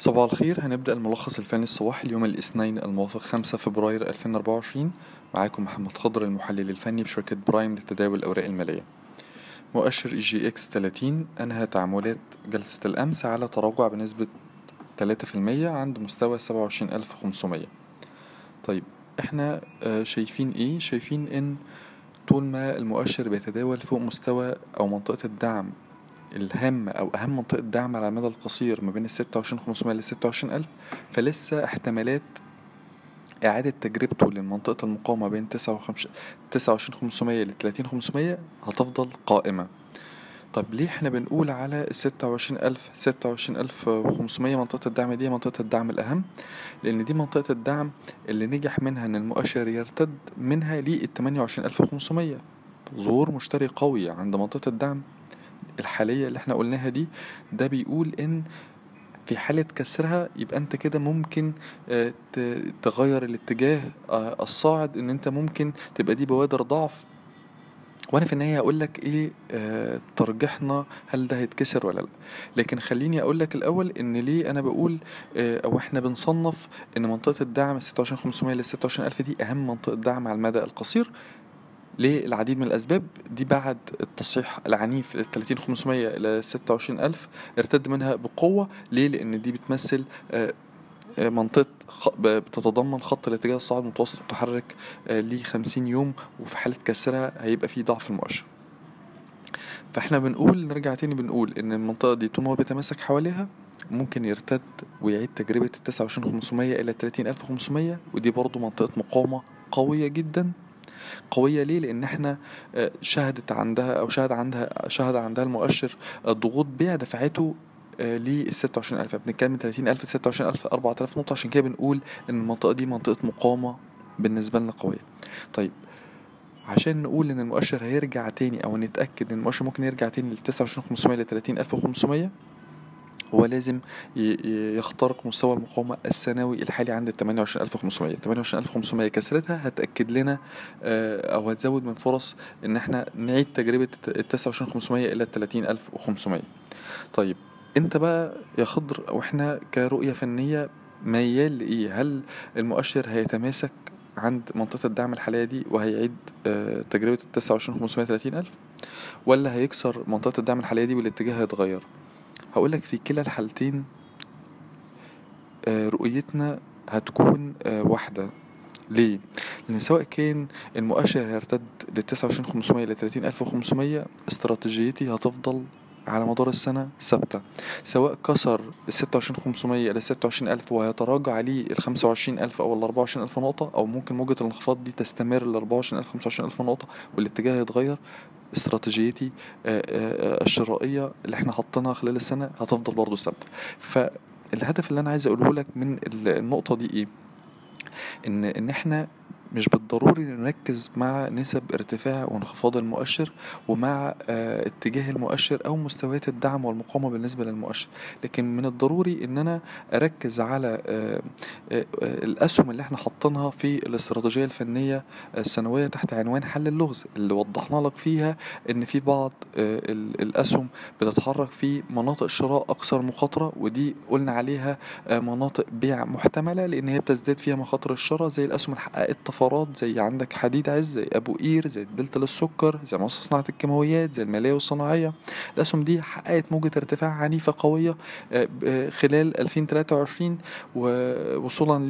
صباح الخير. هنبدأ الملخص الفني الصباحي اليوم الاثنين الموافق 5 فبراير 2024. معاكم محمد خضر المحلل الفني بشركة برايم لتداول الأوراق المالية. مؤشر EGX 30 أنهى تعاملات جلسة الأمس على تراجع بنسبة 3% عند مستوى 27500. طيب احنا شايفين ايه؟ شايفين ان طول ما المؤشر بيتداول فوق مستوى أو منطقة الدعم الهامة أو أهم منطقة دعم على المدى القصير ما بين 26500 ل26000، فلسه احتمالات إعادة تجربته لمنطقة المقاومة بين 29500 ل30500 هتفضل قائمة. طب ليه احنا بنقول على 26500 منطقة الدعم دي منطقة الدعم الأهم؟ لأن دي منطقة الدعم اللي نجح منها إن المؤشر يرتد منها ل 28500. ظهور مشتري قوي عند منطقة الدعم الحالية اللي احنا قلناها دي، ده بيقول ان في حالة كسرها يبقى انت كده ممكن تغير الاتجاه الصاعد، ان انت ممكن تبقى دي بوادر ضعف. وانا في النهاية هقولك ايه ترجيحنا، هل ده هيتكسر ولا لا. لكن خليني اقولك الاول ان ليه انا بقول او احنا بنصنف ان منطقة الدعم 26500 ل 26000 دي اهم منطقة دعم على المدى القصير. ليه؟ العديد من الأسباب دي. بعد التصحيح العنيف ل 30500 إلى 26000 ارتد منها بقوة. ليه؟ لأن دي بتمثل منطقة بتتضمن خط الاتجاه الصاعد المتوسط المتحرك ل 50 يوم، وفي حالة كسرها هيبقى في ضعف المؤشر. فاحنا بنقول نرجع تاني بنقول ان المنطقة دي طول ما هو بيتماسك حواليها ممكن يرتد ويعيد تجربة 29500 إلى 30500، ودي برضو منطقة مقاومة قوية جدا. قوية ليه؟ لأن احنا شهد عندها المؤشر ضغوط بيع دفعته ل 26000. بنتكلم من 30000 ل 26000، 4000 نقطة. عشان كده بنقول إن المنطقة دي منطقة مقاومة بالنسبة لنا قوية. طيب عشان نقول إن المؤشر هيرجع تاني أو نتأكد إن المؤشر ممكن يرجع تاني ل 29500 ل 30500، هو لازم يخترق مستوى المقاومة السنوي الحالي عند 28500. 28500 كسرتها هتأكد لنا أو هتزود من فرص إن احنا نعيد تجربة 29500 إلى 30500. طيب انت بقى يا خضر واحنا كرؤية فنية ميال لإيه؟ هل المؤشر هيتماسك عند منطقة الدعم الحالية دي وهيعيد تجربة 29500 30000، ولا هيكسر منطقة الدعم الحالية دي والاتجاه هيتغير؟ هقولك في كلا الحالتين رؤيتنا هتكون واحدة. ليه؟ لأن سواء كان المؤشر هيرتد ل29500 ل 30500، استراتيجيتي هتفضل على مدار السنة ثابتة. سواء كسر 26500 إلى 26000 وهيتراجع عليه 25000 أو 24000 نقطة، أو ممكن موجة الانخفاض دي تستمر ل 24000 25000 نقطة والاتجاه هيتغير، استراتيجيتي الشرائية اللي احنا حطيناها خلال السنة هتفضل برضو ثابتة. فالهدف اللي أنا عايز أقوله لك من النقطة دي إيه؟ إن احنا مش بالضروري نركز مع نسب ارتفاع وانخفاض المؤشر ومع اتجاه المؤشر او مستويات الدعم والمقاومة بالنسبة للمؤشر، لكن من الضروري ان انا اركز على الاسهم اللي احنا حاطينها في الاستراتيجية الفنية السنوية تحت عنوان حل اللغز، اللي وضحنا لك فيها ان في بعض الاسهم بتتحرك في مناطق شراء اكثر مخاطرة، ودي قلنا عليها مناطق بيع محتملة لان هي بتزداد فيها مخاطر الشراء، زي الاسهم اللي حققت طفرات زي عندك حديد عز، زي ابو قير، زي الدلتا للسكر، زي مصر صناعة الكيماويات، زي المالية والصناعية. الاسهم دي حققت موجة ارتفاع عنيفة قوية خلال 2023 ووصولا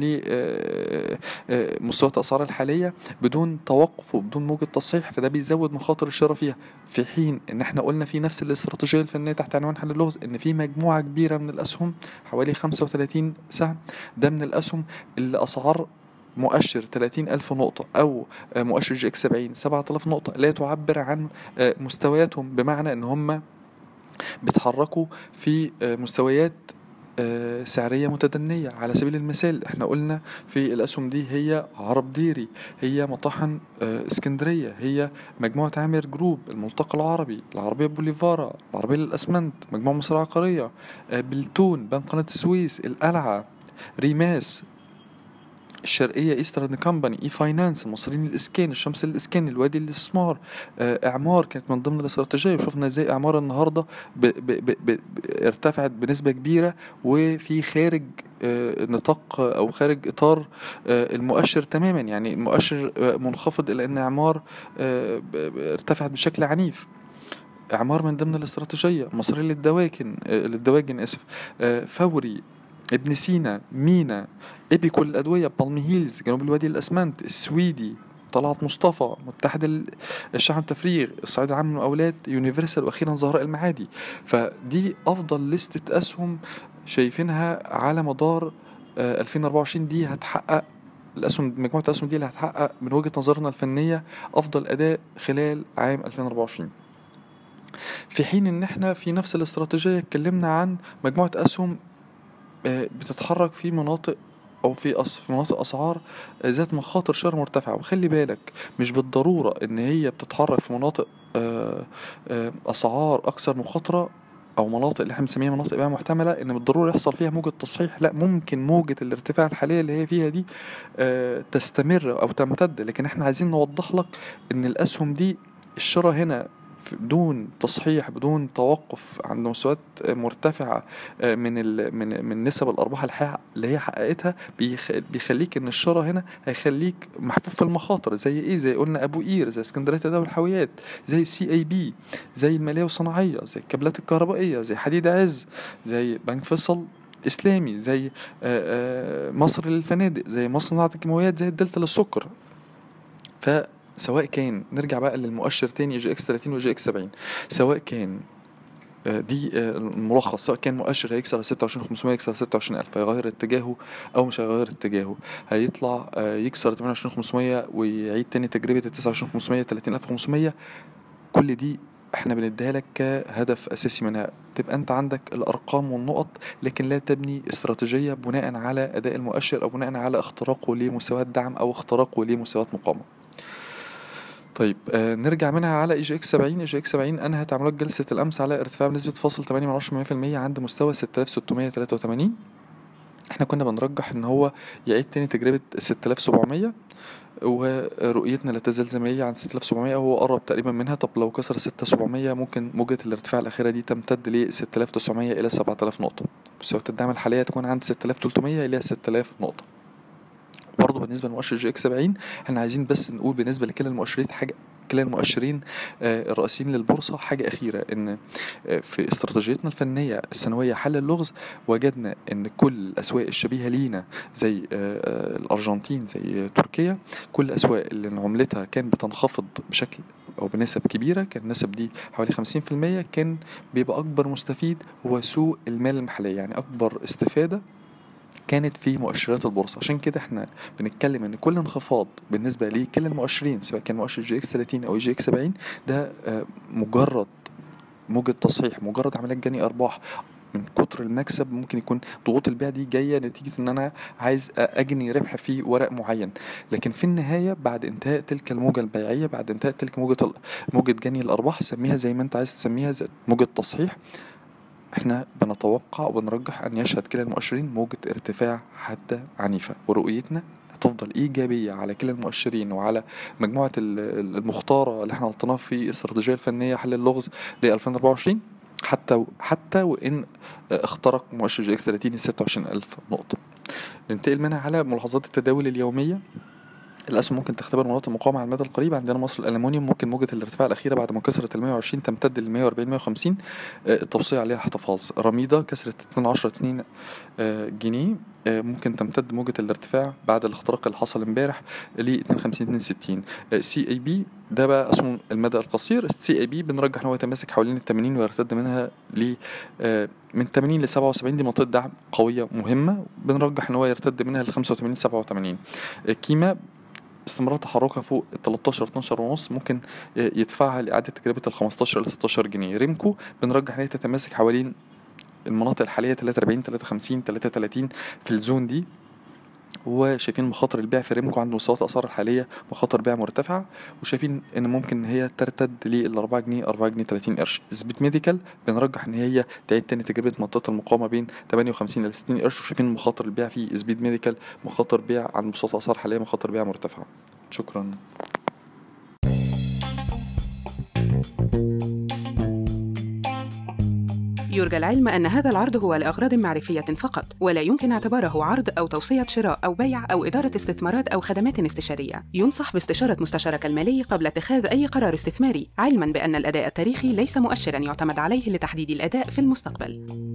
لمستويات الاسعار الحالية بدون توقف وبدون موجة تصحيح، فده بيزود مخاطر الشراء فيها. في حين ان احنا قلنا في نفس الاستراتيجية الفنية تحت عنوان حل اللغز ان في مجموعة كبيرة من الاسهم حوالي 35 سهم، ده من الاسهم اللي اسعار مؤشر 30,000 نقطة أو مؤشر GX 70 7,000 نقطة لا تعبر عن مستوياتهم، بمعنى أن هم بيتحركوا في مستويات سعرية متدنية. على سبيل المثال احنا قلنا في الأسهم دي هي عرب ديري، هي مطاحن اسكندرية، هي مجموعة عامر جروب، الملتقى العربي، العربية بوليفارا، العربية للأسمنت، مجموعة مصر العقارية، بلتون، بنك قناة السويس، القلعة، ريماس، الشرقية ايسترن كامباني، اي فاينانس، المصريين للاسكان، الشمس للاسكان، الوادي للاستثمار، اعمار كانت من ضمن الاستراتيجية، وشفنا ازاي اعمار النهاردة ارتفعت بنسبة كبيرة، وفي خارج نطاق او خارج اطار المؤشر تماما. يعني المؤشر منخفض الى ان اعمار ارتفعت بشكل عنيف. اعمار من ضمن الاستراتيجية، مصري للدواجن اسف، فوري، ابن سينا، مينا، ابي كل الادوية، بالمي هيلز، جنوب الوادي الاسمنت، السويدي، طلعت مصطفى، متحد الشحن تفريغ، الصعيد العام للمقاولات، يونيفرسال، واخيرا زهراء المعادي. فدي افضل لستة اسهم شايفينها على مدار 2024. دي هتحقق الاسهم، مجموعة الاسهم دي اللي هتحقق من وجهة نظرنا الفنية افضل اداء خلال عام 2024. في حين ان احنا في نفس الاستراتيجية اتكلمنا عن مجموعة اسهم بتتحرك في مناطق او في مناطق اسعار ذات مخاطر شر مرتفعة. وخلي بالك مش بالضرورة ان هي بتتحرك في مناطق اسعار اكثر مخاطرة او مناطق اللي احنا بنسميها مناطق بيع محتملة ان بالضرورة يحصل فيها موجة تصحيح. لا، ممكن موجة الارتفاع الحالية اللي هي فيها دي تستمر او تمتد، لكن احنا عايزين نوضح لك ان الاسهم دي الشراء هنا بدون تصحيح، بدون توقف عند مستويات مرتفعة من نسب الأرباح اللي هي حققتها، بيخليك إن الشراء هنا هيخليك محفوف في المخاطر. زي إيه؟ زي قلنا أبو قير، زي اسكندرية تداول الحاويات، زي CAB، زي المالية والصناعية، زي الكابلات الكهربائية، زي حديد عز، زي بنك فيصل إسلامي، زي مصر للفنادق، زي مصنع الكيماويات، زي الدلتا للسكر. سواء كان نرجع بقى للمؤشر تاني جي اكس 30 وجي اكس 70، سواء كان دي الملخص، سواء كان مؤشر هيكسر 26500 يكسر 26000 هيغير اتجاهه او مش هيغير اتجاهه، هيطلع يكسر 28500 ويعيد تاني تجربة 29500 30500. كل دي احنا بنديها لك كهدف اساسي منها، تبقى انت عندك الارقام والنقط، لكن لا تبني استراتيجية بناء على اداء المؤشر او بناء على اختراقه لمستويات دعم او اختراقه لمستويات مقاومة. طيب نرجع منها على اي جي اكس 70. اي جي اكس 70 انهت عمليات جلسة الامس على ارتفاع بنسبة 0.8% عند مستوى 6683. احنا كنا بنرجح ان هو يعيد تاني تجربة 6700، ورؤيتنا لا تزال زي ما هي عن 6700، وهو قرب تقريبا منها. طب لو كسر 6700 ممكن موجة الارتفاع الأخيرة دي تمتد ل 6900 إلى 7000 نقطة. مستويات الدعم الحالية تكون عند 6300 إلى 6000 نقطة. برضه بالنسبة لمؤشر جي اكس 70 احنا عايزين بس نقول بالنسبة لكلا المؤشرين حاجة، كلا المؤشرين الرئيسيين للبورصة حاجة أخيرة، إن في استراتيجيتنا الفنية السنوية حل اللغز وجدنا إن كل الأسواق الشبيهة لينا زي الأرجنتين، زي تركيا، كل الأسواق اللي عملتها كان بتنخفض بشكل أو بنسب كبيرة، كان النسب دي حوالي 50%، كان بيبقى أكبر مستفيد هو سوق المال المحلية، يعني أكبر استفادة كانت في مؤشرات البورصة. عشان كده احنا بنتكلم ان كل انخفاض بالنسبة لكل المؤشرين سواء كان مؤشر جي اكس 30 او جي اكس 70 ده مجرد موجة تصحيح، مجرد عمليات جني ارباح. من كتر المكسب ممكن يكون ضغوط البيع دي جاية نتيجة ان انا عايز اجني ربح في ورق معين، لكن في النهاية بعد انتهاء تلك الموجة البيعية، بعد انتهاء تلك موجة جني الارباح، سميها زي ما انت عايز تسميها، زي موجة تصحيح، احنا بنتوقع وبنرجح ان يشهد كلا المؤشرين موجة ارتفاع حادة عنيفة، ورؤيتنا هتفضل ايجابية على كلا المؤشرين وعلى مجموعة المختارة اللي احنا حطيناها في الاستراتيجية الفنية حل اللغز ل 2024، حتى وان اخترق مؤشر جي اكس 30 26000 نقطة. ننتقل منها على ملاحظات التداول اليومية. الأسهم ممكن تختبر مناطق مقاومة على المدى القريب. عندنا مصر الألمونيوم ممكن موجة الارتفاع الأخيرة بعد ما كسرت 120 تمتد ل 140 150، التوصية عليها احتفاظ. رميدة كسرت 2 جنيه، ممكن تمتد موجة الارتفاع بعد الاختراق اللي حصل امبارح ل 52 62. CAB ده بقى اسمه المدى القصير. CAB بنرجح ان هو يتماسك حوالين ال 80 ويرتد منها ل من 80 ل 77، دي منطقة دعم قوية مهمة، بنرجح ان هو يرتد منها ل 85 87. كيما استمرار تحركها فوق ال 13 12 ونص ممكن يدفعها لإعادة تجربة ال 15 إلى 16 جنيه. ريمكو بنرجح إن هي تتماسك حوالين المناطق الحالية 43 53 33 في الزون دي. وشايفين مخاطر البيع في ريمكو عند مستويات الأسعار الحالية مخاطر بيع مرتفعة، وشايفين إن ممكن إن هي ترتد لل4 جنيه 4 جنيه 30 قرش. سبيد ميديكال بنرجح إن هي تعيد تاني تجربة منطقة المقاومة بين 58 إلى 60 قرش، وشايفين مخاطر البيع في سبيد ميديكال مخاطر بيع عند مستويات الأسعار الحالية مخاطر بيع مرتفعة. شكرا. يرجى العلم أن هذا العرض هو لأغراض معرفية فقط، ولا يمكن اعتباره عرض أو توصية شراء أو بيع أو إدارة استثمارات أو خدمات استشارية. ينصح باستشارة مستشارك المالي قبل اتخاذ أي قرار استثماري، علماً بأن الأداء التاريخي ليس مؤشراً يعتمد عليه لتحديد الأداء في المستقبل.